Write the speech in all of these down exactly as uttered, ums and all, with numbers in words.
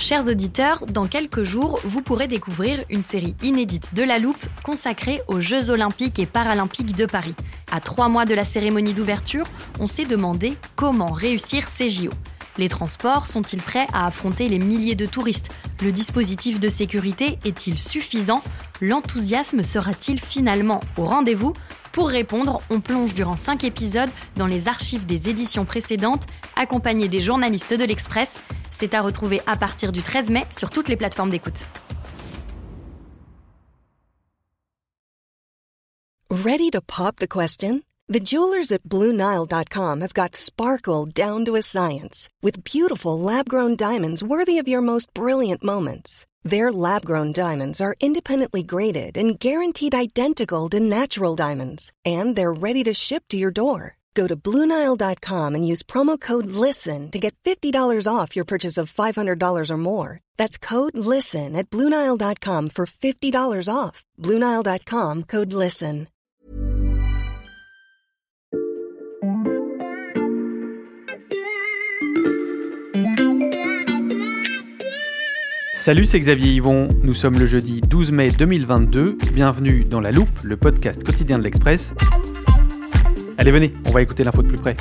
Chers auditeurs, dans quelques jours, vous pourrez découvrir une série inédite de La Loupe consacrée aux Jeux Olympiques et Paralympiques de Paris. À trois mois de la cérémonie d'ouverture, on s'est demandé comment réussir ces J O. Les transports sont-ils prêts à affronter les milliers de touristes ? Le dispositif de sécurité est-il suffisant ? L'enthousiasme sera-t-il finalement au rendez-vous ? Pour répondre, on plonge durant cinq épisodes dans les archives des éditions précédentes, accompagnés des journalistes de l'Express. C'est à retrouver à partir du treize mai sur toutes les plateformes d'écoute. Ready to pop the question? The jewelers at Blue Nile dot com have got sparkle down to a science with beautiful lab-grown diamonds worthy of your most brilliant moments. Their lab-grown diamonds are independently graded and guaranteed identical to natural diamonds, and they're ready to ship to your door. Go to Blue Nile dot com and use promo code LISTEN to get fifty dollars off your purchase of five hundred dollars or more. That's code LISTEN at Blue Nile dot com for fifty dollars off. Blue Nile dot com, code LISTEN. Salut, c'est Xavier Yvon, nous sommes le jeudi douze mai deux mille vingt-deux, bienvenue dans La Loupe, le podcast quotidien de l'Express. Allez, venez, on va écouter l'info de plus près.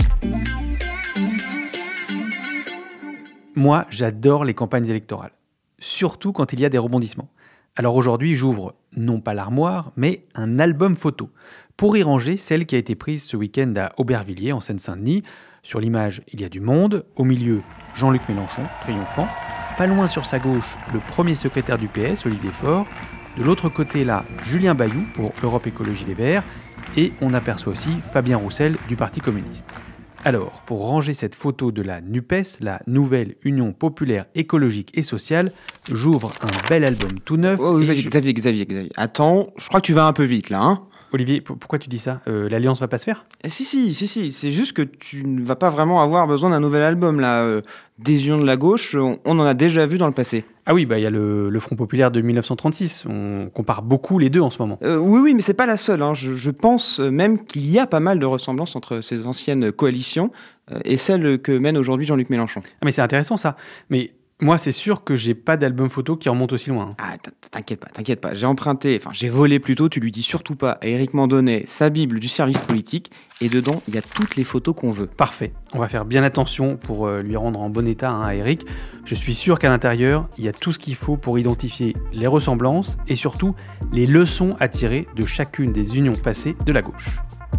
Moi, j'adore les campagnes électorales, surtout quand il y a des rebondissements. Alors aujourd'hui, j'ouvre non pas l'armoire, mais un album photo, pour y ranger celle qui a été prise ce week-end à Aubervilliers, en Seine-Saint-Denis. Sur l'image, il y a du monde, au milieu, Jean-Luc Mélenchon, triomphant. Pas loin sur sa gauche, le premier secrétaire du P S, Olivier Faure. De l'autre côté, là, Julien Bayou pour Europe Écologie Les Verts. Et on aperçoit aussi Fabien Roussel du Parti communiste. Alors, pour ranger cette photo de la NUPES, la Nouvelle Union Populaire Écologique et Sociale, j'ouvre un bel album tout neuf. Oh, Xavier, je... Xavier, Xavier, Xavier, attends, je crois que tu vas un peu vite là, hein ? Olivier, p- pourquoi tu dis ça ? euh, L'Alliance va pas se faire ? eh, Si, si, si, si, c'est juste que tu ne vas pas vraiment avoir besoin d'un nouvel album, là. Euh, des unions de la gauche, on, on en a déjà vu dans le passé. Ah oui, bah il y a le, le Front Populaire de dix-neuf cent trente-six, on compare beaucoup les deux en ce moment. Euh, oui, oui, mais c'est pas la seule, hein. je, je pense même qu'il y a pas mal de ressemblances entre ces anciennes coalitions euh, et celles que mène aujourd'hui Jean-Luc Mélenchon. Ah mais c'est intéressant ça, mais... Moi, c'est sûr que j'ai pas d'album photo qui remonte aussi loin. Ah, t'inquiète pas, t'inquiète pas. J'ai emprunté, enfin, j'ai volé plutôt, tu lui dis surtout pas, à Éric Mandonnet, sa Bible du service politique, et dedans, il y a toutes les photos qu'on veut. Parfait. On va faire bien attention pour euh, lui rendre en bon état hein, à Éric. Je suis sûr qu'à l'intérieur, il y a tout ce qu'il faut pour identifier les ressemblances et surtout les leçons à tirer de chacune des unions passées de la gauche.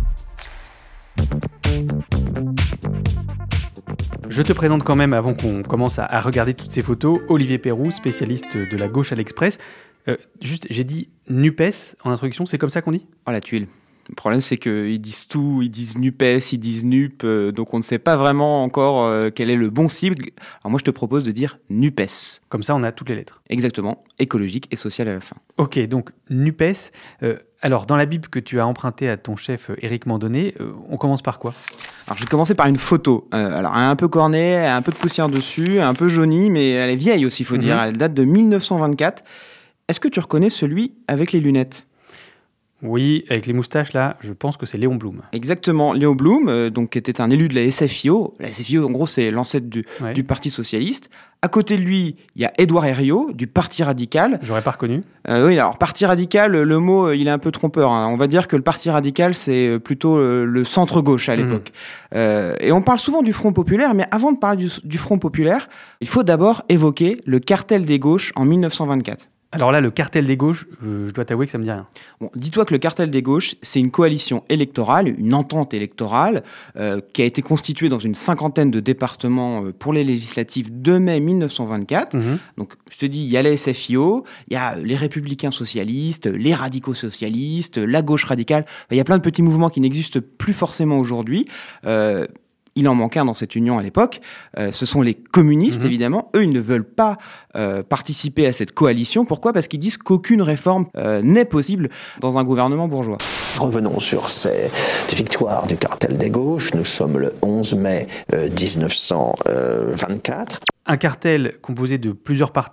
Je te présente quand même, avant qu'on commence à, à regarder toutes ces photos, Olivier Perroux, spécialiste de la gauche à l'Express. Euh, juste, j'ai dit NUPES en introduction, c'est comme ça qu'on dit ? Oh la tuile. Le problème, c'est qu'ils disent tout, ils disent NUPES, ils disent NUP, euh, donc on ne sait pas vraiment encore euh, quel est le bon cible. Alors moi, je te propose de dire NUPES. Comme ça, on a toutes les lettres. Exactement, écologique et social à la fin. Ok, donc NUPES. Euh, alors, dans la Bible que tu as empruntée à ton chef Éric Mandonnet, euh, on commence par quoi ? Alors, je vais commencer par une photo. Euh, alors, elle est un peu cornée, elle a un peu de poussière dessus, un peu jaunie, mais elle est vieille aussi, il faut mmh. dire. Elle date de dix-neuf cent vingt-quatre. Est-ce que tu reconnais celui avec les lunettes ? Oui, avec les moustaches, là, je pense que c'est Léon Blum. Exactement, Léon Blum, euh, donc, qui était un élu de la S F I O. La S F I O, en gros, c'est l'ancêtre du, ouais. du Parti Socialiste. À côté de lui, il y a Édouard Herriot, du Parti Radical. J'aurais pas reconnu. Euh, oui, alors, Parti Radical, le mot, il est un peu trompeur. Hein. On va dire que le Parti Radical, c'est plutôt le, le centre-gauche à l'époque. Mmh. Euh, et on parle souvent du Front Populaire, mais avant de parler du, du Front Populaire, il faut d'abord évoquer le cartel des gauches en dix-neuf cent vingt-quatre. Alors là, le cartel des gauches, euh, je dois t'avouer que ça me dit rien. Bon, dis-toi que le cartel des gauches, c'est une coalition électorale, une entente électorale, euh, qui a été constituée dans une cinquantaine de départements euh, pour les législatives de mai dix-neuf cent vingt-quatre. Mmh. Donc, je te dis, il y a la S F I O, il y a les républicains socialistes, les radicaux socialistes, la gauche radicale. Enfin, il y a plein de petits mouvements qui n'existent plus forcément aujourd'hui. Euh, Il en manque un dans cette union à l'époque, euh, ce sont les communistes, mmh. évidemment. Eux, ils ne veulent pas euh, participer à cette coalition. Pourquoi ? Parce qu'ils disent qu'aucune réforme euh, n'est possible dans un gouvernement bourgeois. Revenons sur cette victoire du cartel des gauches. Nous sommes le onze mai dix-neuf cent vingt-quatre. Un cartel composé de plusieurs partis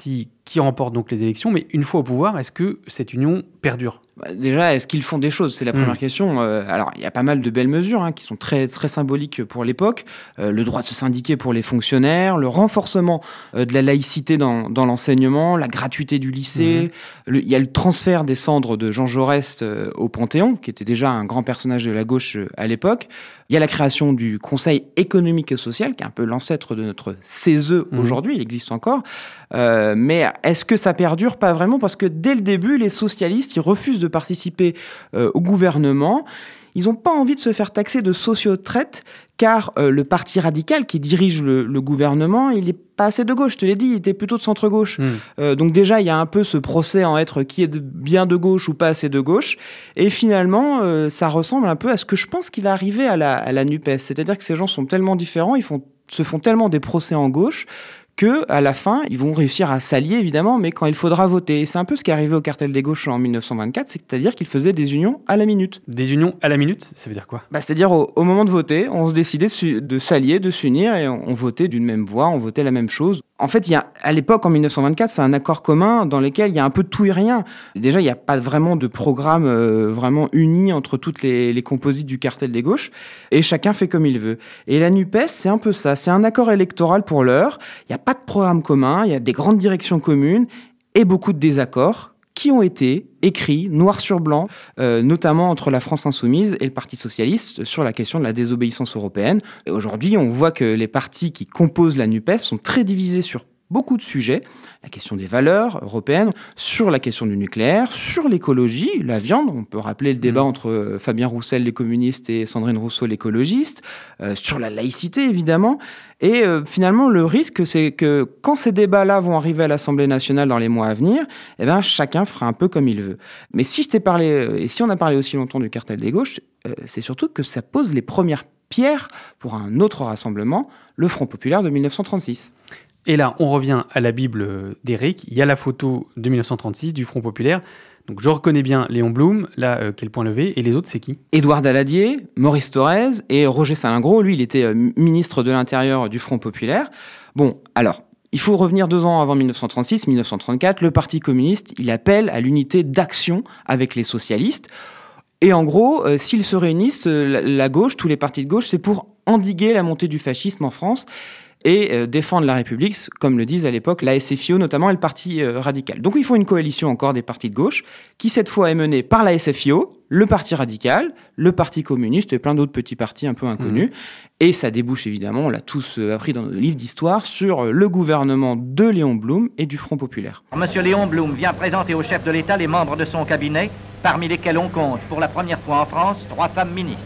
qui remporte donc les élections. Mais une fois au pouvoir, est-ce que cette union perdure ? Déjà, est-ce qu'ils font des choses ? C'est la première mmh. question. Euh, alors, il y a pas mal de belles mesures hein, qui sont très, très symboliques pour l'époque. Euh, le droit de se syndiquer pour les fonctionnaires, le renforcement euh, de la laïcité dans, dans l'enseignement, la gratuité du lycée. Mmh. Le, il y a le transfert des cendres de Jean Jaurès euh, au Panthéon, qui était déjà un grand personnage de la gauche euh, à l'époque. Il y a la création du Conseil économique et social, qui est un peu l'ancêtre de notre C E S mmh. aujourd'hui. Il existe encore. Euh, mais est-ce que ça perdure ? Pas vraiment, parce que dès le début, les socialistes, ils refusent de participer euh, au gouvernement. Ils n'ont pas envie de se faire taxer de sociotraite, car euh, le parti radical qui dirige le, le gouvernement, il n'est pas assez de gauche, je te l'ai dit, il était plutôt de centre-gauche. Mmh. Euh, donc déjà, il y a un peu ce procès en être qui est de, bien de gauche ou pas assez de gauche. Et finalement, euh, ça ressemble un peu à ce que je pense qui va arriver à la, à la NUPES. C'est-à-dire que ces gens sont tellement différents, ils font, se font tellement des procès en gauche, qu'à la fin, ils vont réussir à s'allier, évidemment, mais quand il faudra voter. Et c'est un peu ce qui est arrivé au cartel des gauches en dix-neuf cent vingt-quatre, c'est-à-dire qu'ils faisaient des unions à la minute. Des unions à la minute ? Ça veut dire quoi ? Bah, c'est-à-dire, au, au moment de voter, on se décidait de, su- de s'allier, de s'unir, et on, on votait d'une même voix, on votait la même chose. En fait, il y a, à l'époque, en dix-neuf cent vingt-quatre, c'est un accord commun dans lequel il y a un peu de tout et rien. Déjà, il n'y a pas vraiment de programme euh, vraiment uni entre toutes les, les composites du cartel des gauches, et chacun fait comme il veut. Et la NUPES, c'est un peu ça. C'est un accord électoral pour l'heure. Il n'y a pas de programme commun. Il y a des grandes directions communes et beaucoup de désaccords qui ont été écrits noir sur blanc, euh, notamment entre la France insoumise et le Parti socialiste sur la question de la désobéissance européenne. Et aujourd'hui, on voit que les partis qui composent la NUPES sont très divisés sur beaucoup de sujets, la question des valeurs européennes, sur la question du nucléaire, sur l'écologie, la viande, on peut rappeler le débat mmh. entre Fabien Roussel, les communistes, et Sandrine Rousseau, l'écologiste, euh, sur la laïcité, évidemment. Et euh, finalement, le risque, c'est que quand ces débats-là vont arriver à l'Assemblée nationale dans les mois à venir, eh ben, chacun fera un peu comme il veut. Mais si je t'ai parlé, et si on a parlé aussi longtemps du cartel des gauches, euh, c'est surtout que ça pose les premières pierres pour un autre rassemblement, le Front populaire de dix-neuf cent trente-six. Et là, on revient à la Bible d'Éric. Il y a la photo de dix-neuf cent trente-six du Front populaire. Donc je reconnais bien Léon Blum, là, euh, quel point levé. Et les autres, c'est qui ? Édouard Daladier, Maurice Thorez et Roger Salingro. Lui, il était euh, ministre de l'Intérieur du Front populaire. Bon, alors, il faut revenir deux ans avant dix-neuf cent trente-six, dix-neuf cent trente-quatre. Le Parti communiste, il appelle à l'unité d'action avec les socialistes. Et en gros, euh, s'ils se réunissent, euh, la, la gauche, tous les partis de gauche, c'est pour endiguer la montée du fascisme en France et euh, défendre la République, comme le disent à l'époque la S F I O notamment et le Parti euh, radical. Donc il faut une coalition encore des partis de gauche, qui cette fois est menée par la S F I O, le Parti radical, le Parti communiste et plein d'autres petits partis un peu inconnus. Mmh. Et ça débouche évidemment, on l'a tous euh, appris dans nos livres d'histoire, sur euh, le gouvernement de Léon Blum et du Front populaire. Monsieur Léon Blum vient présenter au chef de l'État les membres de son cabinet, parmi lesquels on compte, pour la première fois en France, trois femmes ministres.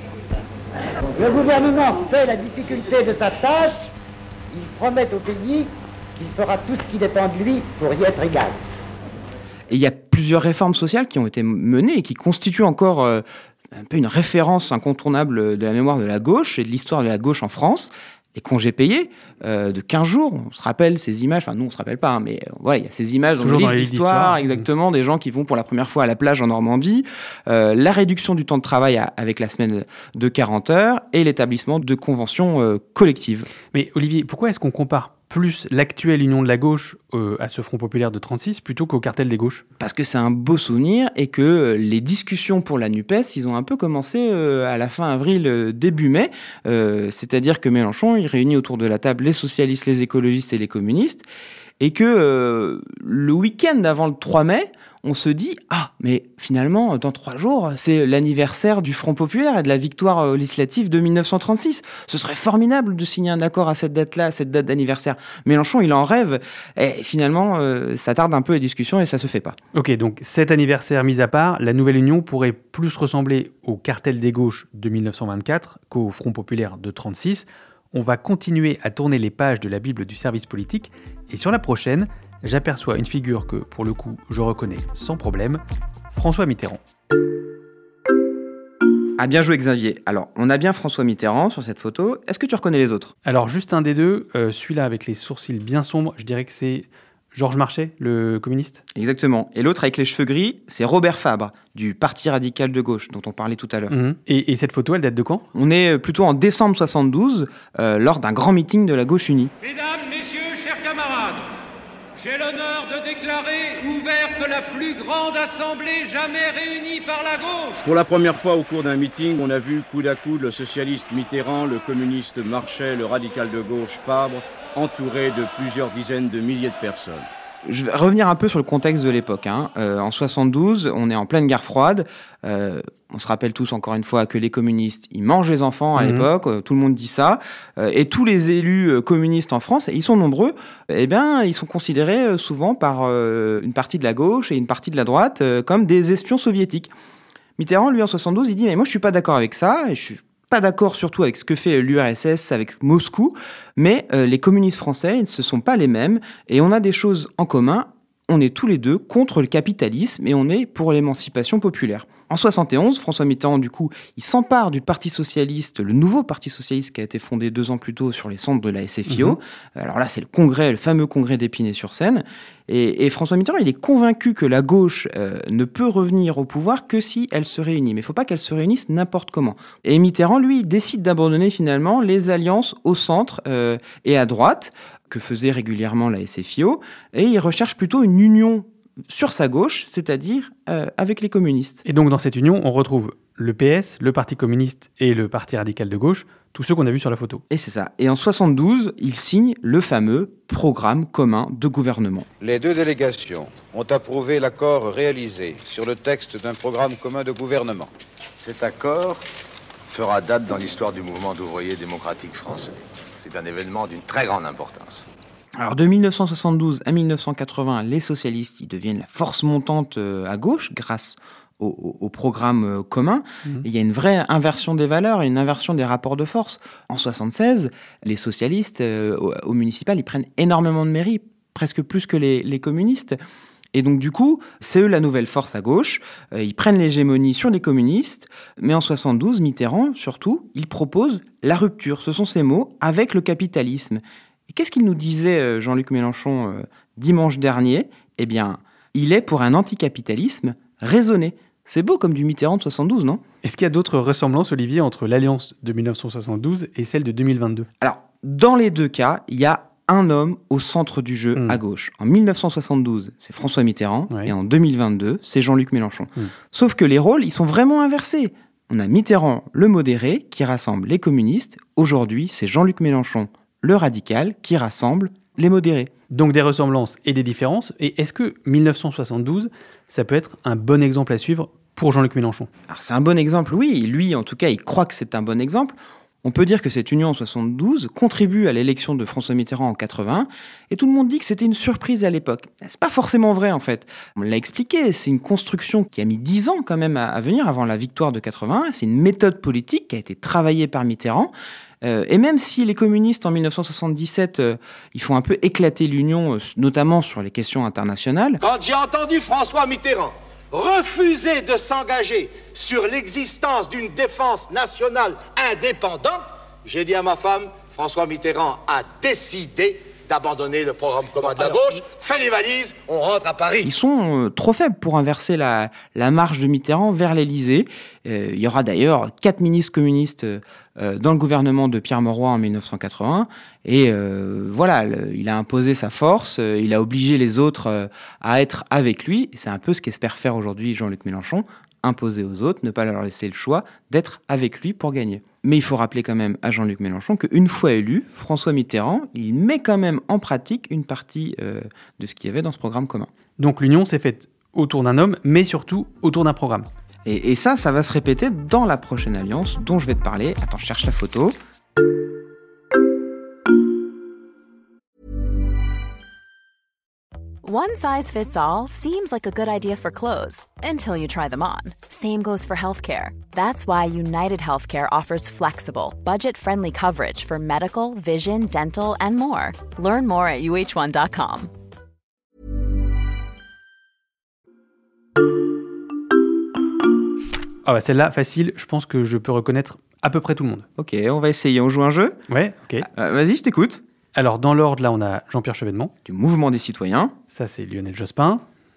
Le gouvernement sait la difficulté de sa tâche. Il promet au pays qu'il fera tout ce qui dépend de lui pour y être égal. Et il y a plusieurs réformes sociales qui ont été menées et qui constituent encore euh, un peu une référence incontournable de la mémoire de la gauche et de l'histoire de la gauche en France. Les congés payés euh, de quinze jours, on se rappelle ces images, enfin nous on se rappelle pas, hein, mais euh, ouais, il y a ces images dans le livre d'histoire, exactement, mmh. des gens qui vont pour la première fois à la plage en Normandie, euh, la réduction du temps de travail à, avec la semaine de quarante heures et l'établissement de conventions euh, collectives. Mais Olivier, pourquoi est-ce qu'on compare plus l'actuelle union de la gauche euh, à ce Front populaire de trente-six plutôt qu'au cartel des gauches ? Parce que c'est un beau souvenir et que les discussions pour la NUPES, ils ont un peu commencé euh, à la fin avril, euh, début mai. Euh, c'est-à-dire que Mélenchon, il réunit autour de la table les socialistes, les écologistes et les communistes. Et que euh, le week-end avant le trois mai, on se dit « Ah, mais finalement, dans trois jours, c'est l'anniversaire du Front populaire et de la victoire législative de dix-neuf cent trente-six. Ce serait formidable de signer un accord à cette date-là, à cette date d'anniversaire. » Mélenchon, il en rêve. Et finalement, euh, ça tarde un peu les discussions et ça se fait pas. Ok, donc cet anniversaire mis à part, la nouvelle union pourrait plus ressembler au cartel des gauches de dix-neuf cent vingt-quatre qu'au Front populaire de trente-six. On va continuer à tourner les pages de la Bible du service politique. Et sur la prochaine, j'aperçois une figure que, pour le coup, je reconnais sans problème, François Mitterrand. Ah, bien joué Xavier. Alors, on a bien François Mitterrand sur cette photo. Est-ce que tu reconnais les autres ? Alors, juste un des deux, euh, celui-là avec les sourcils bien sombres, je dirais que c'est Georges Marchais, le communiste ? Exactement. Et l'autre avec les cheveux gris, c'est Robert Fabre, du Parti radical de gauche, dont on parlait tout à l'heure. Mmh. Et, et cette photo, elle date de quand ? On est plutôt en décembre soixante-douze, euh, lors d'un grand meeting de la gauche unie. Mesdames, messieurs, chers camarades, J'ai l'honneur de déclarer ouverte la plus grande assemblée jamais réunie par la gauche. Pour la première fois au cours d'un meeting, on a vu coude à coude le socialiste Mitterrand, le communiste Marchais, le radical de gauche Fabre, entourés de plusieurs dizaines de milliers de personnes. Je vais revenir un peu sur le contexte de l'époque. Hein. Euh, en soixante-douze, on est en pleine guerre froide. Euh, on se rappelle tous, encore une fois, que les communistes, ils mangent les enfants à mmh. l'époque. Euh, tout le monde dit ça. Euh, et tous les élus euh, communistes en France, ils sont nombreux, eh bien, ils sont considérés euh, souvent par euh, une partie de la gauche et une partie de la droite euh, comme des espions soviétiques. Mitterrand, lui, en soixante-douze, il dit « Mais moi, je suis pas d'accord avec ça. Et je suis pas d'accord surtout avec ce que fait l'U R S S avec Moscou, mais euh, les communistes français, ils ne sont pas les mêmes, et on a des choses en commun. On est tous les deux contre le capitalisme et on est pour l'émancipation populaire. » En soixante et onze, François Mitterrand, du coup, il s'empare du Parti socialiste, le nouveau Parti socialiste qui a été fondé deux ans plus tôt sur les cendres de la S F I O. Mmh. Alors là, c'est le congrès, le fameux congrès d'Épinay-sur-Seine. Et, et François Mitterrand, il est convaincu que la gauche euh, ne peut revenir au pouvoir que si elle se réunit. Mais il ne faut pas qu'elle se réunisse n'importe comment. Et Mitterrand, lui, il décide d'abandonner finalement les alliances au centre euh, et à droite, que faisait régulièrement la S F I O, et il recherche plutôt une union sur sa gauche, c'est-à-dire euh, avec les communistes. Et donc dans cette union, on retrouve le P S, le Parti communiste et le Parti radical de gauche, tous ceux qu'on a vus sur la photo. Et c'est ça. Et en soixante-douze, il signe le fameux programme commun de gouvernement. Les deux délégations ont approuvé l'accord réalisé sur le texte d'un programme commun de gouvernement. Cet accord fera date dans l'histoire du mouvement d'ouvriers démocratiques français. C'est un événement d'une très grande importance. Alors de dix-neuf cent soixante-douze à dix-neuf cent quatre-vingts, les socialistes ils deviennent la force montante à gauche grâce au, au, au programme commun. Mmh. Et il y a une vraie inversion des valeurs, une inversion des rapports de force. En soixante-seize, les socialistes euh, au, au municipal, ils prennent énormément de mairies, presque plus que les, les communistes. Et donc du coup, c'est eux la nouvelle force à gauche. Euh, ils prennent l'hégémonie sur les communistes. Mais en soixante-douze, Mitterrand, surtout, il propose la rupture, ce sont ses mots, avec le capitalisme. Et qu'est-ce qu'il nous disait, Jean-Luc Mélenchon, euh, dimanche dernier ? Eh bien, il est pour un anticapitalisme raisonné. C'est beau comme du Mitterrand de soixante-douze, non ? Est-ce qu'il y a d'autres ressemblances, Olivier, entre l'alliance de dix-neuf cent soixante-douze et celle de deux mille vingt-deux ? Alors, dans les deux cas, il y a un homme au centre du jeu mmh. à gauche. En dix-neuf cent soixante-douze, c'est François Mitterrand, ouais. et en deux mille vingt-deux, c'est Jean-Luc Mélenchon. Mmh. Sauf que les rôles, ils sont vraiment inversés. On a Mitterrand, le modéré, qui rassemble les communistes. Aujourd'hui, c'est Jean-Luc Mélenchon, le radical, qui rassemble les modérés. Donc des ressemblances et des différences. Et est-ce que dix-neuf cent soixante-douze, ça peut être un bon exemple à suivre pour Jean-Luc Mélenchon ? Alors c'est un bon exemple, oui. Lui, en tout cas, il croit que c'est un bon exemple. On peut dire que cette union en soixante-douze contribue à l'élection de François Mitterrand en quatre-vingts, et tout le monde dit que c'était une surprise à l'époque. C'est pas forcément vrai, en fait. On l'a expliqué, c'est une construction qui a mis dix ans quand même à, à venir avant la victoire de quatre-vingts. C'est une méthode politique qui a été travaillée par Mitterrand. Euh, et même si les communistes, en dix-neuf cent soixante-dix-sept, euh, ils font un peu éclater l'Union, euh, notamment sur les questions internationales... Quand j'ai entendu François Mitterrand refuser de s'engager sur l'existence d'une défense nationale indépendante, j'ai dit à ma femme, François Mitterrand a décidé d'abandonner le programme commun de la gauche, fait les valises, on rentre à Paris. Ils sont euh, trop faibles pour inverser la, la marche de Mitterrand vers l'Élysée. Euh, il y aura d'ailleurs quatre ministres communistes euh, dans le gouvernement de Pierre Mauroy en dix-neuf cent quatre-vingts. Et euh, voilà, le, il a imposé sa force, euh, il a obligé les autres euh, à être avec lui. Et c'est un peu ce qu'espère faire aujourd'hui Jean-Luc Mélenchon, imposer aux autres, ne pas leur laisser le choix d'être avec lui pour gagner. Mais il faut rappeler quand même à Jean-Luc Mélenchon qu'une fois élu, François Mitterrand, il met quand même en pratique une partie euh, de ce qu'il y avait dans ce programme commun. Donc l'union s'est faite autour d'un homme, mais surtout autour d'un programme. Et, et ça, ça va se répéter dans la prochaine alliance dont je vais te parler. Attends, je cherche la photo. One size fits all seems like a good idea for clothes until you try them on. Same goes for healthcare. That's why United Healthcare offers flexible, budget-friendly coverage for medical, vision, dental, and more. Learn more at U H one dot com. Ah bah celle-là, facile, je pense que je peux reconnaître à peu près tout le monde. Ok, on va essayer, on joue un jeu ? Ouais, ok. Euh, vas-y, je t'écoute. Alors, dans l'ordre, là, on a Jean-Pierre Chevènement. Du Mouvement des Citoyens. Ça, c'est Lionel Jospin.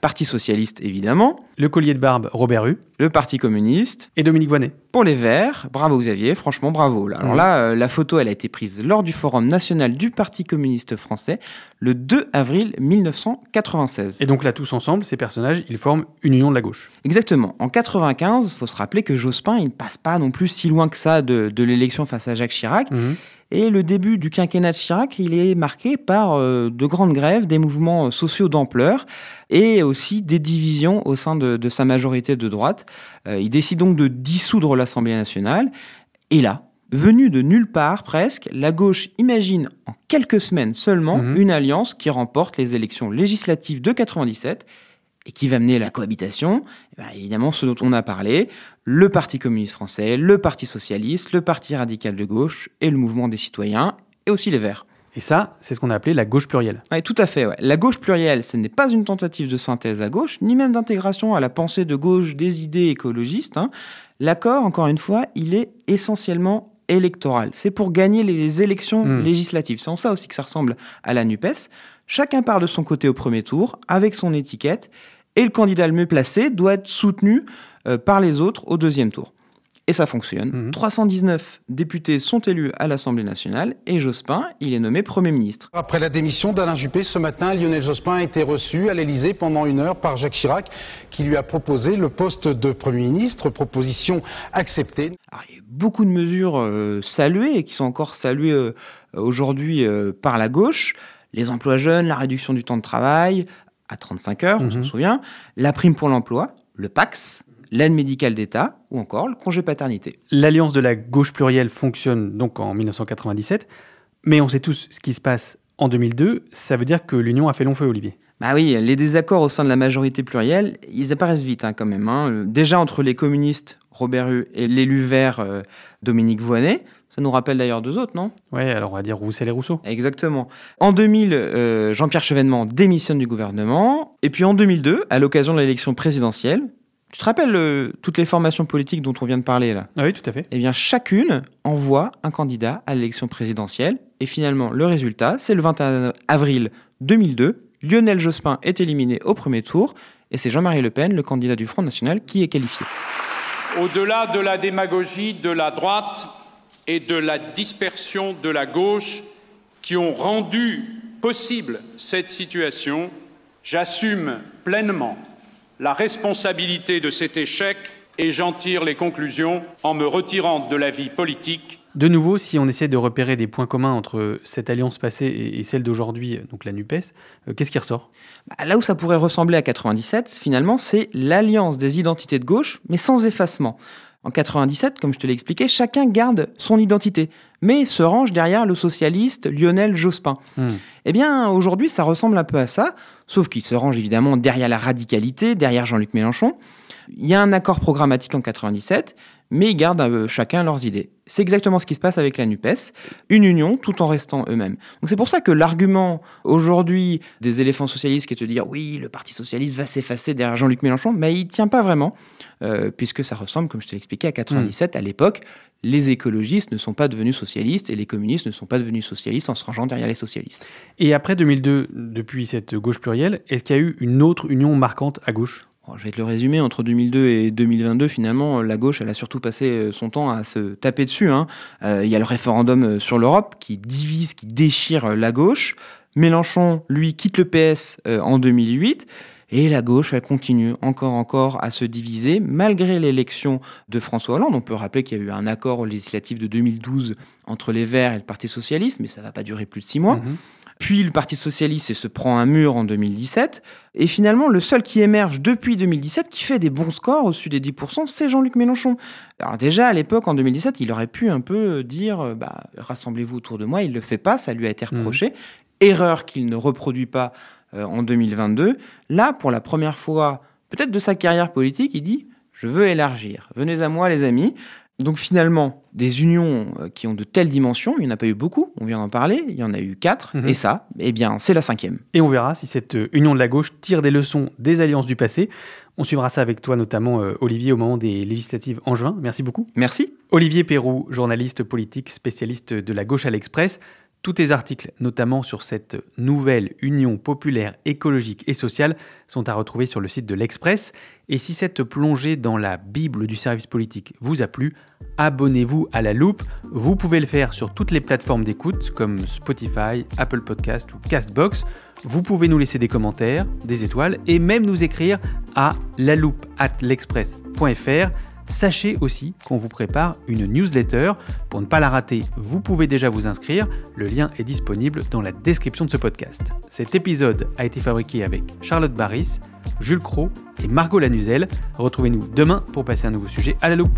Parti socialiste, évidemment. Le collier de barbe, Robert Hue. Le Parti communiste. Et Dominique Voynet. Pour les Verts, bravo Xavier, franchement bravo. Là. Alors mmh. là, euh, la photo, elle a été prise lors du Forum national du Parti communiste français le deux avril mille neuf cent quatre-vingt-seize. Et donc là, tous ensemble, ces personnages, ils forment une union de la gauche. Exactement. En quatre-vingt-quinze, il faut se rappeler que Jospin, il ne passe pas non plus si loin que ça de, de l'élection face à Jacques Chirac. Mmh. Et le début du quinquennat de Chirac, il est marqué par euh, de grandes grèves, des mouvements sociaux d'ampleur et aussi des divisions au sein de, de sa majorité de droite. Euh, il décide donc de dissoudre l'Assemblée nationale. Et là, venu de nulle part presque, la gauche imagine en quelques semaines seulement mmh. une alliance qui remporte les élections législatives de quatre-vingt-dix-sept et qui va mener la cohabitation, et bien évidemment ce dont on a parlé, le Parti communiste français, le Parti socialiste, le Parti radical de gauche et le mouvement des citoyens, et aussi les Verts. Et ça, c'est ce qu'on a appelé la gauche plurielle. Oui, tout à fait. Ouais. La gauche plurielle, ce n'est pas une tentative de synthèse à gauche, ni même d'intégration à la pensée de gauche des idées écologistes. Hein. L'accord, encore une fois, il est essentiellement électoral. C'est pour gagner les élections mmh. législatives. C'est en ça aussi que ça ressemble à la NUPES. Chacun part de son côté au premier tour, avec son étiquette, et le candidat le mieux placé doit être soutenu euh, par les autres au deuxième tour. Et ça fonctionne. Mmh. trois cent dix-neuf députés sont élus à l'Assemblée nationale et Jospin, il est nommé Premier ministre. Après la démission d'Alain Juppé, ce matin, Lionel Jospin a été reçu à l'Élysée pendant une heure par Jacques Chirac, qui lui a proposé le poste de Premier ministre, proposition acceptée. Alors, il y a beaucoup de mesures euh, saluées et qui sont encore saluées euh, aujourd'hui euh, par la gauche. Les emplois jeunes, la réduction du temps de travail à trente-cinq heures, mmh. on s'en souvient, la prime pour l'emploi, le PAX, l'aide médicale d'État ou encore le congé paternité. L'alliance de la gauche plurielle fonctionne donc en dix-neuf cent quatre-vingt-dix-sept, mais on sait tous ce qui se passe en deux mille deux, ça veut dire que l'union a fait long feu, Olivier. Bah oui, les désaccords au sein de la majorité plurielle, ils apparaissent vite hein, quand même. Hein. Déjà entre les communistes, Robert Hue, et l'élu vert, euh, Dominique Voynet, ça nous rappelle d'ailleurs deux autres, non ? Oui, alors on va dire Roussel et Rousseau. Exactement. En deux mille, euh, Jean-Pierre Chevènement démissionne du gouvernement, et puis en deux mille deux, à l'occasion de l'élection présidentielle, tu te rappelles euh, toutes les formations politiques dont on vient de parler là ? Ah oui, tout à fait. Eh bien, chacune envoie un candidat à l'élection présidentielle. Et finalement, le résultat, c'est le vingt et un avril deux mille deux. Lionel Jospin est éliminé au premier tour. Et c'est Jean-Marie Le Pen, le candidat du Front National, qui est qualifié. Au-delà de la démagogie de la droite et de la dispersion de la gauche qui ont rendu possible cette situation, j'assume pleinement la responsabilité de cet échec et j'en tire les conclusions en me retirant de la vie politique. De nouveau, si on essaie de repérer des points communs entre cette alliance passée et celle d'aujourd'hui, donc la NUPES, euh, qu'est-ce qui ressort ? Bah, là où ça pourrait ressembler à quatre-vingt-dix-sept, finalement, c'est l'alliance des identités de gauche, mais sans effacement. En quatre-vingt-dix-sept, comme je te l'ai expliqué, chacun garde son identité, mais se range derrière le socialiste Lionel Jospin. Mmh. Eh bien, aujourd'hui, ça ressemble un peu à ça, sauf qu'il se range évidemment derrière la radicalité, derrière Jean-Luc Mélenchon. Il y a un accord programmatique en quatre-vingt-dix-sept, mais ils gardent euh, chacun leurs idées. C'est exactement ce qui se passe avec la NUPES, une union tout en restant eux-mêmes. Donc c'est pour ça que l'argument aujourd'hui des éléphants socialistes qui est de dire « oui, le Parti socialiste va s'effacer derrière Jean-Luc Mélenchon », mais il ne tient pas vraiment, euh, puisque ça ressemble, comme je te l'ai expliqué, à quatre-vingt-dix-sept. Mmh. À l'époque, les écologistes ne sont pas devenus socialistes et les communistes ne sont pas devenus socialistes en se rangeant derrière les socialistes. Et après deux mille deux, depuis cette gauche plurielle, est-ce qu'il y a eu une autre union marquante à gauche ? Je vais te le résumer, entre deux mille deux et deux mille vingt-deux, finalement, la gauche, elle a surtout passé son temps à se taper dessus. Hein. Euh, il y a le référendum sur l'Europe qui divise, qui déchire la gauche. Mélenchon, lui, quitte le P S euh, en deux mille huit. Et la gauche, elle continue encore, encore à se diviser, malgré l'élection de François Hollande. On peut rappeler qu'il y a eu un accord au législatif de deux mille douze entre les Verts et le Parti socialiste, mais ça ne va pas durer plus de six mois. Mmh. Puis le Parti socialiste se prend un mur en deux mille dix-sept. Et finalement, le seul qui émerge depuis deux mille dix-sept, qui fait des bons scores au-dessus des dix pour cent, c'est Jean-Luc Mélenchon. Alors déjà, à l'époque, en deux mille dix-sept, il aurait pu un peu dire bah, « rassemblez-vous autour de moi ». Il ne le fait pas, ça lui a été reproché. Mmh. Erreur qu'il ne reproduit pas euh, en deux mille vingt-deux. Là, pour la première fois, peut-être de sa carrière politique, il dit « je veux élargir. Venez à moi, les amis ». Donc finalement, des unions qui ont de telles dimensions, il n'y en a pas eu beaucoup, on vient d'en parler, il y en a eu quatre, mmh. et ça, eh bien, c'est la cinquième. Et on verra si cette union de la gauche tire des leçons des alliances du passé. On suivra ça avec toi, notamment euh, Olivier, au moment des législatives en juin. Merci beaucoup. Merci. Olivier Perroux, journaliste politique, spécialiste de la gauche à l'Express. Tous tes articles, notamment sur cette nouvelle union populaire, écologique et sociale, sont à retrouver sur le site de l'Express. Et si cette plongée dans la Bible du service politique vous a plu, abonnez-vous à La Loupe. Vous pouvez le faire sur toutes les plateformes d'écoute comme Spotify, Apple Podcast ou Castbox. Vous pouvez nous laisser des commentaires, des étoiles et même nous écrire à laloupe arobase l'express point f r. Sachez aussi qu'on vous prépare une newsletter. Pour ne pas la rater, vous pouvez déjà vous inscrire. Le lien est disponible dans la description de ce podcast. Cet épisode a été fabriqué avec Charlotte Baris, Jules Cros et Margot Lanuzel. Retrouvez-nous demain pour passer un nouveau sujet à la loupe.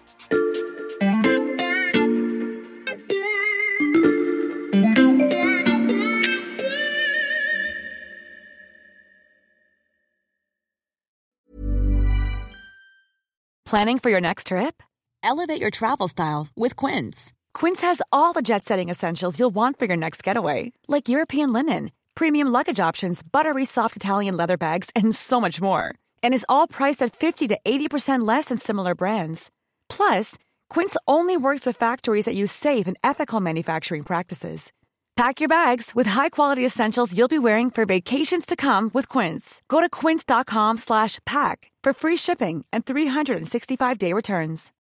Planning for your next trip? Elevate your travel style with Quince. Quince has all the jet-setting essentials you'll want for your next getaway, like European linen, premium luggage options, buttery soft Italian leather bags, and so much more. And is all priced at fifty to eighty percent less than similar brands. Plus, Quince only works with factories that use safe and ethical manufacturing practices. Pack your bags with high-quality essentials you'll be wearing for vacations to come with Quince. Go to quince.com slash pack for free shipping and three sixty-five day returns.